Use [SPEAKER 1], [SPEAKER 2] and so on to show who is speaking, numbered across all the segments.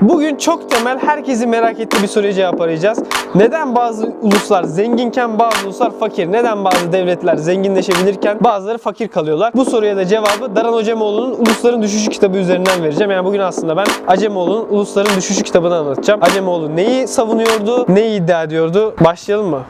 [SPEAKER 1] Bugün çok temel, herkesin merak ettiği bir soruya cevap arayacağız. Neden bazı uluslar zenginken bazı uluslar fakir? Neden bazı devletler zenginleşebilirken bazıları fakir kalıyorlar? Bu soruya da cevabı Daran Acemoğlu'nun Ulusların Düşüşü kitabı üzerinden vereceğim. Yani bugün aslında ben Acemoğlu'nun Ulusların Düşüşü kitabını anlatacağım. Acemoğlu neyi savunuyordu, neyi iddia ediyordu? Başlayalım mı?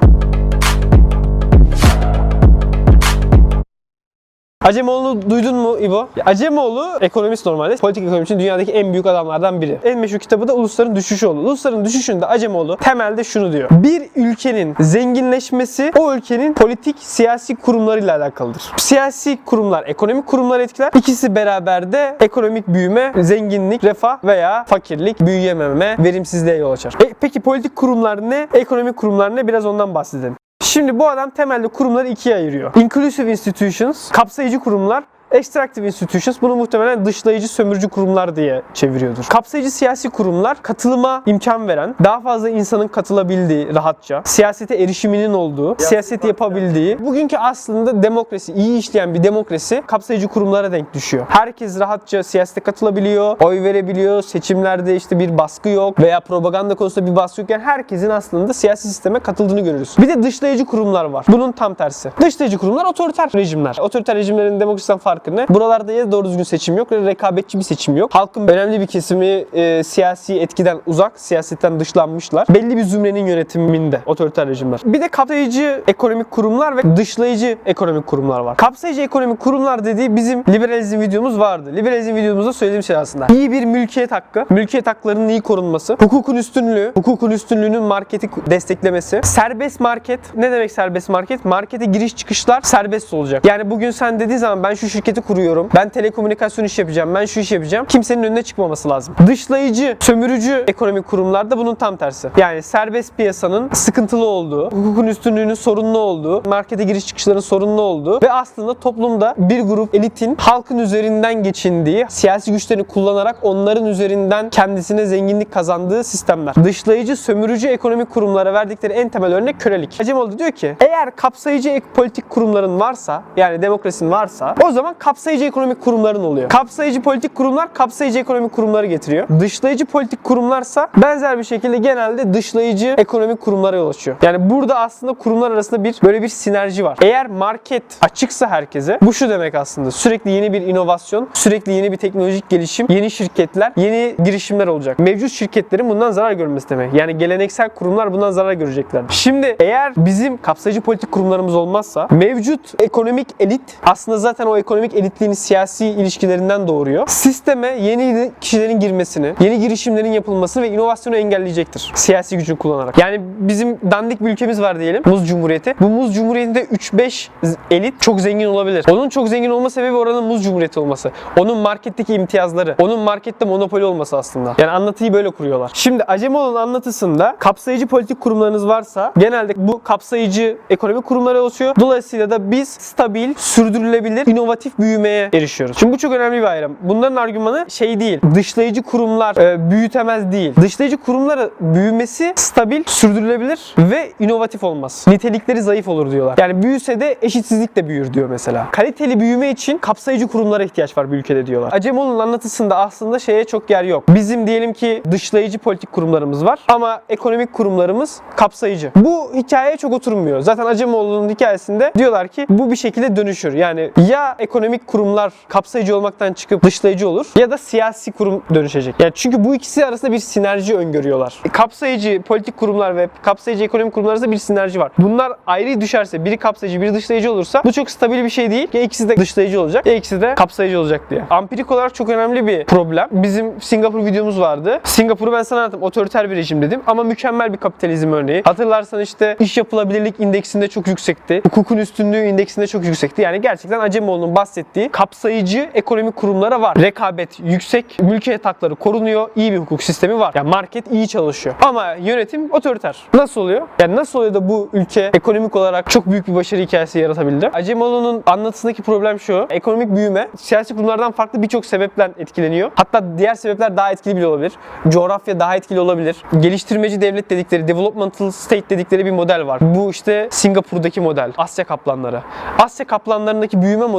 [SPEAKER 1] Acemoğlu'nu duydun mu İbo? Acemoğlu ekonomist normalde. Politik ekonomi için dünyadaki en büyük adamlardan biri. En meşhur kitabı da Ulusların Düşüşü oldu. Ulusların Düşüşü'nde Acemoğlu temelde şunu diyor. Bir ülkenin zenginleşmesi o ülkenin politik, siyasi kurumlarıyla alakalıdır. Siyasi kurumlar, ekonomik kurumlar etkiler. İkisi beraber de ekonomik büyüme, zenginlik, refah veya fakirlik, büyüyememe, verimsizliğe yol açar. Peki politik kurumlar ne? Ekonomik kurumlar ne? Biraz ondan bahsedelim. Şimdi bu adam temelde kurumları ikiye ayırıyor. Inclusive institutions, kapsayıcı kurumlar. Extractive institutions, bunu muhtemelen dışlayıcı, sömürücü kurumlar diye çeviriyordur. Kapsayıcı siyasi kurumlar, katılıma imkan veren, daha fazla insanın katılabildiği rahatça, siyasete erişiminin olduğu, siyaseti yapabildiği, bugünkü aslında demokrasi, iyi işleyen bir demokrasi kapsayıcı kurumlara denk düşüyor. Herkes rahatça siyasete katılabiliyor, oy verebiliyor, seçimlerde işte bir baskı yok veya propaganda konusunda bir baskı yok. Yani herkesin aslında siyasi sisteme katıldığını görürüz. Bir de dışlayıcı kurumlar var. Bunun tam tersi. Dışlayıcı kurumlar otoriter rejimler. Otoriter rejimlerin demokrasiden farkı ne? Buralarda ya doğru düzgün seçim yok ya rekabetçi bir seçim yok. Halkın önemli bir kesimi siyasi etkiden uzak, siyasetten dışlanmışlar. Belli bir zümrenin yönetiminde otoriter rejimler. Bir de kapsayıcı ekonomik kurumlar ve dışlayıcı ekonomik kurumlar var. Kapsayıcı ekonomik kurumlar dediği bizim liberalizm videomuz vardı. Liberalizm videomuzda söylediğim şey aslında. İyi bir mülkiyet hakkı, mülkiyet haklarının iyi korunması, hukukun üstünlüğü, hukukun üstünlüğünün marketi desteklemesi, serbest market. Ne demek serbest market? Markete giriş çıkışlar serbest olacak. Yani bugün sen dediğin zaman ben şu şirketi kuruyorum, ben telekomünikasyon iş yapacağım, ben şu iş yapacağım. Kimsenin önüne çıkmaması lazım. Dışlayıcı, sömürücü ekonomik kurumlarda bunun tam tersi. Yani serbest piyasanın sıkıntılı olduğu, hukukun üstünlüğünün sorunlu olduğu, markete giriş çıkışların sorunlu olduğu ve aslında toplumda bir grup elitin halkın üzerinden geçindiği, siyasi güçlerini kullanarak onların üzerinden kendisine zenginlik kazandığı sistemler. Dışlayıcı, sömürücü ekonomik kurumlara verdikleri en temel örnek kölelik. Acemoğlu diyor ki, eğer kapsayıcı politik kurumların varsa, yani demokrasinin varsa, o zaman kapsayıcı ekonomik kurumların oluyor. Kapsayıcı politik kurumlar kapsayıcı ekonomik kurumları getiriyor. Dışlayıcı politik kurumlarsa benzer bir şekilde genelde dışlayıcı ekonomik kurumlara yol açıyor. Yani burada aslında kurumlar arasında böyle bir sinerji var. Eğer market açıksa herkese, bu şu demek aslında. Sürekli yeni bir inovasyon, sürekli yeni bir teknolojik gelişim, yeni şirketler, yeni girişimler olacak. Mevcut şirketlerin bundan zarar görmesi demek. Yani geleneksel kurumlar bundan zarar görecekler. Şimdi eğer bizim kapsayıcı politik kurumlarımız olmazsa, mevcut ekonomik elit aslında zaten o ekonomik elitliğin siyasi ilişkilerinden doğuruyor. Sisteme yeni kişilerin girmesini, yeni girişimlerin yapılmasını ve inovasyonu engelleyecektir. Siyasi gücünü kullanarak. Yani bizim dandik bir ülkemiz var diyelim. Muz Cumhuriyeti. Bu Muz Cumhuriyeti'nde 3-5 elit çok zengin olabilir. Onun çok zengin olma sebebi oranın Muz Cumhuriyeti olması. Onun marketteki imtiyazları. Onun markette monopoli olması aslında. Yani anlatıyı böyle kuruyorlar. Şimdi Acemoğlu'nun anlatısında kapsayıcı politik kurumlarınız varsa genelde bu kapsayıcı ekonomik kurumlara oluşuyor. Dolayısıyla da biz stabil, sürdürülebilir, inovatif büyümeye erişiyoruz. Şimdi bu çok önemli bir ayrım. Bunların argümanı şey değil. Dışlayıcı kurumlar büyütemez değil. Dışlayıcı kurumların büyümesi stabil, sürdürülebilir ve inovatif olmaz. Nitelikleri zayıf olur diyorlar. Yani büyüse de eşitsizlik de büyür diyor mesela. Kaliteli büyüme için kapsayıcı kurumlara ihtiyaç var bir ülkede diyorlar. Acemoğlu'nun anlatısında aslında şeye çok yer yok. Bizim diyelim ki dışlayıcı politik kurumlarımız var ama ekonomik kurumlarımız kapsayıcı. Bu hikayeye çok oturmuyor. Zaten Acemoğlu'nun hikayesinde diyorlar ki bu bir şekilde dönüşür. Yani ya ekonomik kurumlar kapsayıcı olmaktan çıkıp dışlayıcı olur ya da siyasi kurum dönüşecek. Yani çünkü bu ikisi arasında bir sinerji öngörüyorlar. Kapsayıcı politik kurumlar ve kapsayıcı ekonomik kurumlar arasında bir sinerji var. Bunlar ayrı düşerse, biri kapsayıcı, biri dışlayıcı olursa bu çok stabil bir şey değil. Ya ikisi de dışlayıcı olacak ya ikisi de kapsayıcı olacak diye. Ampirik olarak çok önemli bir problem. Bizim Singapur videomuz vardı. Singapur'u ben sana anlattım. Otoriter bir rejim dedim ama mükemmel bir kapitalizm örneği. Hatırlarsan işte iş yapılabilirlik indeksinde çok yüksekti. Hukukun üstünlüğü indeksinde çok yüksekti. Yani gerçekten Acemoğlu'nun bahsettiği kapsayıcı ekonomik kurumlara var. Rekabet yüksek, mülkiyet hakları korunuyor, iyi bir hukuk sistemi var. Yani market iyi çalışıyor. Ama yönetim otoriter. Nasıl oluyor? Yani nasıl oluyor da bu ülke ekonomik olarak çok büyük bir başarı hikayesi yaratabildi? Acemoğlu'nun anlatısındaki problem şu. Ekonomik büyüme siyasi kurumlardan farklı birçok sebepten etkileniyor. Hatta diğer sebepler daha etkili bile olabilir. Coğrafya daha etkili olabilir. Geliştirmeci devlet dedikleri, developmental state dedikleri bir model var. Bu işte Singapur'daki model. Asya kaplanları. Asya kaplanlarındaki büyüme modeli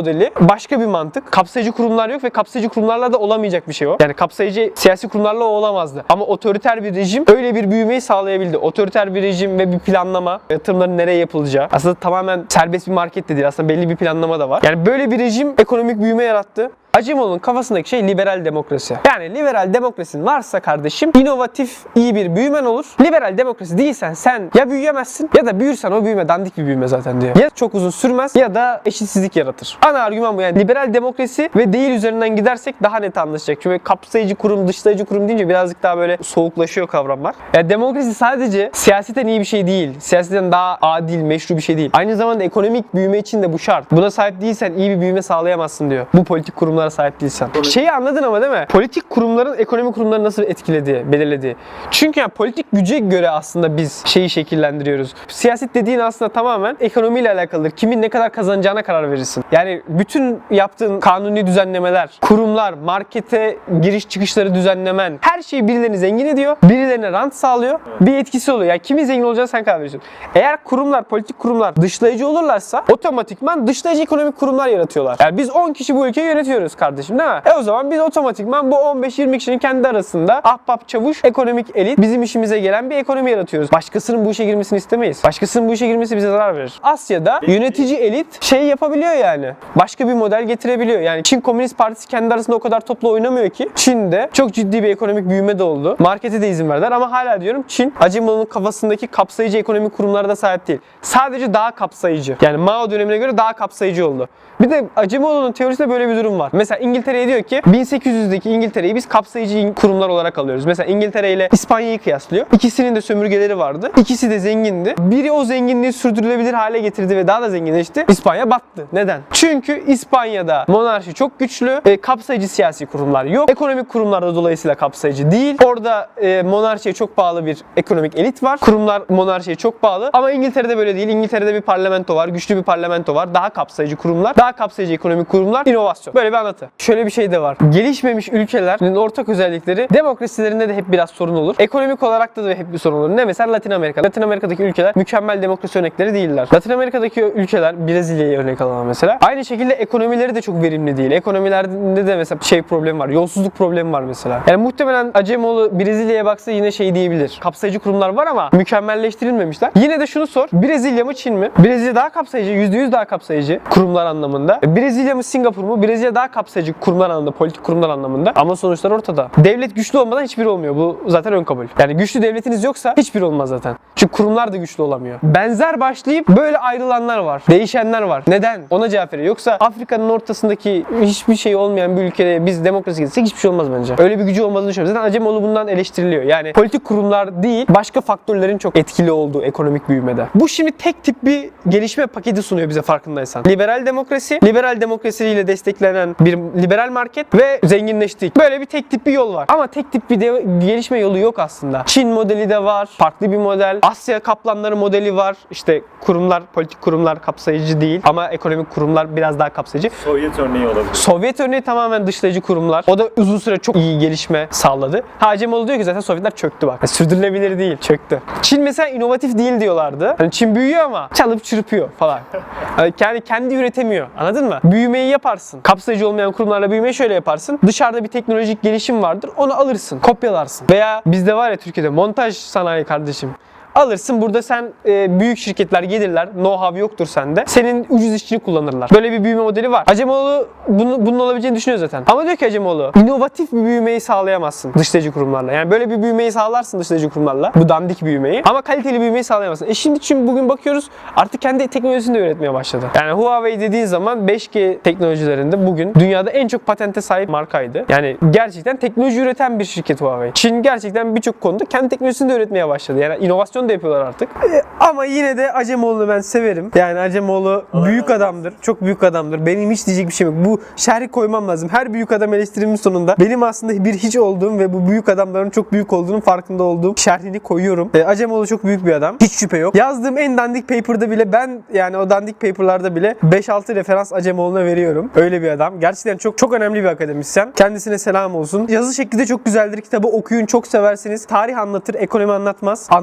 [SPEAKER 1] başka bir mantık. Kapsayıcı kurumlar yok ve kapsayıcı kurumlarla da olamayacak bir şey o. Yani kapsayıcı siyasi kurumlarla o olamazdı. Ama otoriter bir rejim öyle bir büyümeyi sağlayabildi. Otoriter bir rejim ve bir planlama, yatırımların nereye yapılacağı. Aslında tamamen serbest bir market de değil. Aslında belli bir planlama da var. Yani böyle bir rejim ekonomik büyüme yarattı. Acemoğlu'nun kafasındaki şey liberal demokrasi. Yani liberal demokrasin varsa kardeşim inovatif iyi bir büyümen olur. Liberal demokrasi değilsen sen ya büyüyemezsin ya da büyürsen o büyüme dandik bir büyüme zaten diyor. Ya çok uzun sürmez ya da eşitsizlik yaratır. Ana argüman bu yani liberal demokrasi ve değil üzerinden gidersek daha net anlaşacak. Çünkü kapsayıcı kurum, dışlayıcı kurum deyince birazcık daha böyle soğuklaşıyor kavramlar. Yani demokrasi sadece siyaseten iyi bir şey değil. Siyaseten daha adil, meşru bir şey değil. Aynı zamanda ekonomik büyüme için de bu şart. Buna sahip değilsen iyi bir büyüme sağlayamazsın diyor. Bu politik kurumlara sahip değilsen. Şeyi anladın ama değil mi? Politik kurumların ekonomik kurumları nasıl etkilediği, belirlediği. Çünkü yani politik güce göre aslında biz şeyi şekillendiriyoruz. Siyaset dediğin aslında tamamen ekonomiyle alakalıdır. Kimin ne kadar kazanacağına karar verirsin. Yani bütün yaptığın kanuni düzenlemeler, kurumlar, markete giriş çıkışları düzenlemen, her şeyi birilerini zengin ediyor, birilerine rant sağlıyor. Bir etkisi oluyor. Yani kimin zengin olacağını sen karar veriyorsun. Eğer kurumlar, politik kurumlar dışlayıcı olurlarsa otomatikman dışlayıcı ekonomik kurumlar yaratıyorlar. Yani biz 10 kişi bu ülkeyi yönetiyoruz kardeşim değil mi? O zaman biz otomatikman bu 15-20 kişinin kendi arasında ahbap çavuş ekonomik elit bizim işimize gelen bir ekonomi yaratıyoruz. Başkasının bu işe girmesini istemeyiz. Başkasının bu işe girmesi bize zarar verir. Asya'da yönetici elit şey yapabiliyor yani. Başka bir model getirebiliyor. Yani Çin Komünist Partisi kendi arasında o kadar toplu oynamıyor ki. Çin'de çok ciddi bir ekonomik büyüme de oldu. Markete de izin verdiler ama hala diyorum Çin Acemoğlu'nun kafasındaki kapsayıcı ekonomik kurumlara da sahip değil. Sadece daha kapsayıcı. Yani Mao dönemine göre daha kapsayıcı oldu. Bir de Acemoğlu'nun teorisinde böyle bir durum var. Mesela İngiltere'ye diyor ki 1800'deki İngiltere'yi biz kapsayıcı kurumlar olarak alıyoruz. Mesela İngiltere ile İspanya'yı kıyaslıyor. İkisinin de sömürgeleri vardı. İkisi de zengindi. Biri o zenginliği sürdürülebilir hale getirdi ve daha da zenginleşti. İspanya battı. Neden? Çünkü İspanya'da monarşi çok güçlü. Kapsayıcı siyasi kurumlar yok. Ekonomik kurumlar da dolayısıyla kapsayıcı değil. Orada monarşiye çok bağlı bir ekonomik elit var. Kurumlar monarşiye çok bağlı. Ama İngiltere'de böyle değil. İngiltere'de bir parlamento var. Güçlü bir parlamento var. Daha kapsayıcı kurumlar. Daha kapsayıcı ekonomik kurumlar. İnovasyon. Böyle bir anlatı. Şöyle bir şey de var. Gelişmemiş ülkelerin ortak özellikleri demokrasilerinde de hep biraz sorun olur. Ekonomik olarak da hep bir sorun olur. Ne mesela Latin Amerika. Latin Amerika'daki ülkeler mükemmel demokrasi örnekleri değiller. Latin Amerika'daki ülkeler Brezilya'yı örnek alalım mesela. Aynı şekilde ekonomileri de çok verimli değil. Ekonomilerde de mesela problemi var. Yolsuzluk problemi var mesela. Yani muhtemelen Acemoğlu Brezilya'ya baksa yine şey diyebilir. Kapsayıcı kurumlar var ama mükemmelleştirilmemişler. Yine de şunu sor. Brezilya mı Çin mi? Brezilya daha kapsayıcı. %100 daha kapsayıcı kurumlar anlamında. Brezilya mı Singapur mu? Brezilya daha kapsayıcı kurumlar anlamında, politik kurumlar anlamında. Ama sonuçlar ortada. Devlet güçlü olmadan hiçbiri olmuyor. Bu zaten ön kabul. Yani güçlü devletiniz yoksa hiçbir olmaz zaten. Çünkü kurumlar da güçlü olamıyor. Benzer başlayıp böyle ayrılanlar var. Değişenler var. Neden? Ona cevap veriyor. Yoksa Afrika'nın ortasındaki hiçbir şey olmayan bir ülkede biz demokrasi getirsek hiçbir şey olmaz bence. Öyle bir gücü olmadığını düşünüyorum. Zaten Acemoğlu bundan eleştiriliyor. Yani politik kurumlar değil, başka faktörlerin çok etkili olduğu ekonomik büyümede. Bu şimdi tek tip bir gelişme paketi sunuyor bize farkındaysan. Liberal demokrasi, liberal demokrasiyle desteklenen bir liberal market ve zenginleştik. Böyle bir tek tip bir yol var. Ama tek tip bir gelişme yolu yok aslında. Çin modeli de var. Farklı bir model. Asya kaplanları modeli var. İşte kurumlar, politik kurumlar kapsayıcı değil ama ekonomik kurumlar biraz daha kapsayıcı.
[SPEAKER 2] Sovyet örneği olabilir.
[SPEAKER 1] Sovyet örneği tamamen dışlayıcı kurumlar. O da uzun süre çok iyi gelişme sağladı. Acemoğlu diyor ki zaten Sovyetler çöktü bak. Sürdürülebilir değil, çöktü. Çin mesela inovatif değil diyorlardı. Hani Çin büyüyor ama çalıp çırpıyor falan. Yani kendi üretemiyor. Anladın mı? Büyümeyi yaparsın. Kapsayıcı olmayan kurumlarla büyümeyi şöyle yaparsın. Dışarıda bir teknolojik gelişim vardır. Onu alırsın, kopyalarsın. Veya bizde var ya Türkiye'de montaj sanayi kardeşim. Alırsın burada sen büyük şirketler gelirler. Know-how yoktur sende. Senin ucuz işçini kullanırlar. Böyle bir büyüme modeli var. Acemoğlu bunun olabileceğini düşünüyor zaten. Ama diyor ki Acemoğlu inovatif bir büyümeyi sağlayamazsın dışlayıcı kurumlarla. Yani böyle bir büyümeyi sağlarsın dışlayıcı kurumlarla. Bu dandik büyümeyi. Ama kaliteli büyümeyi sağlayamazsın. Şimdi bugün bakıyoruz artık kendi teknolojisini de üretmeye başladı. Yani Huawei dediğin zaman 5G teknolojilerinde bugün dünyada en çok patente sahip markaydı. Yani gerçekten teknoloji üreten bir şirket Huawei. Çin gerçekten birçok konuda kendi teknolojisini de üretmeye başladı. Yani inovasyon da yapıyorlar artık. Ama yine de Acemoğlu'nu ben severim. Yani Acemoğlu büyük adamdır. Çok büyük adamdır. Benim hiç diyecek bir şeyim yok. Bu şerhi koymam lazım. Her büyük adam eleştirimin sonunda benim aslında bir hiç olduğum ve bu büyük adamların çok büyük olduğunun farkında olduğum şerhini koyuyorum. Acemoğlu çok büyük bir adam. Hiç şüphe yok. Yazdığım en dandik paper'da bile ben yani o dandik paper'larda bile 5-6 referans Acemoğlu'na veriyorum. Öyle bir adam. Gerçekten çok önemli bir akademisyen. Kendisine selam olsun. Yazı şekli de çok güzeldir. Kitabı okuyun. Çok seversiniz. Tarih anlatır. Ekonomi anlatmaz. Anlamayacağınız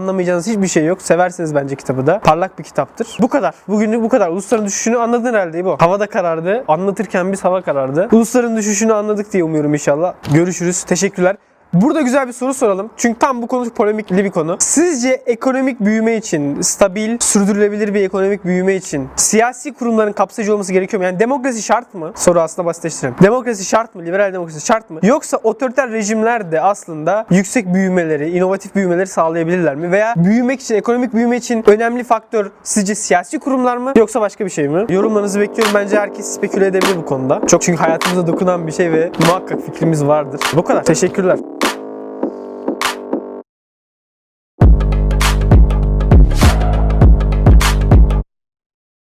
[SPEAKER 1] anlamadığınız hiçbir şey yok. Seversiniz bence kitabı da. Parlak bir kitaptır. Bu kadar. Bugünlük bu kadar. Ulusların düşüşünü anladın herhalde bu. Hava da karardı. Anlatırken biz hava karardı. Ulusların düşüşünü anladık diye umuyorum inşallah. Görüşürüz. Teşekkürler. Burada güzel bir soru soralım. Çünkü tam bu konu polemikli bir konu. Sizce ekonomik büyüme için, stabil, sürdürülebilir bir ekonomik büyüme için siyasi kurumların kapsayıcı olması gerekiyor mu? Yani demokrasi şart mı? Soru aslında basitleştirelim. Demokrasi şart mı? Liberal demokrasi şart mı? Yoksa otoriter rejimler de aslında yüksek büyümeleri, inovatif büyümeleri sağlayabilirler mi? Veya büyümek için, ekonomik büyüme için önemli faktör sizce siyasi kurumlar mı? Yoksa başka bir şey mi? Yorumlarınızı bekliyorum. Bence herkes speküle edebilir bu konuda. Çok çünkü hayatımıza dokunan bir şey ve muhakkak fikrimiz vardır. Bu kadar. Teşekkürler.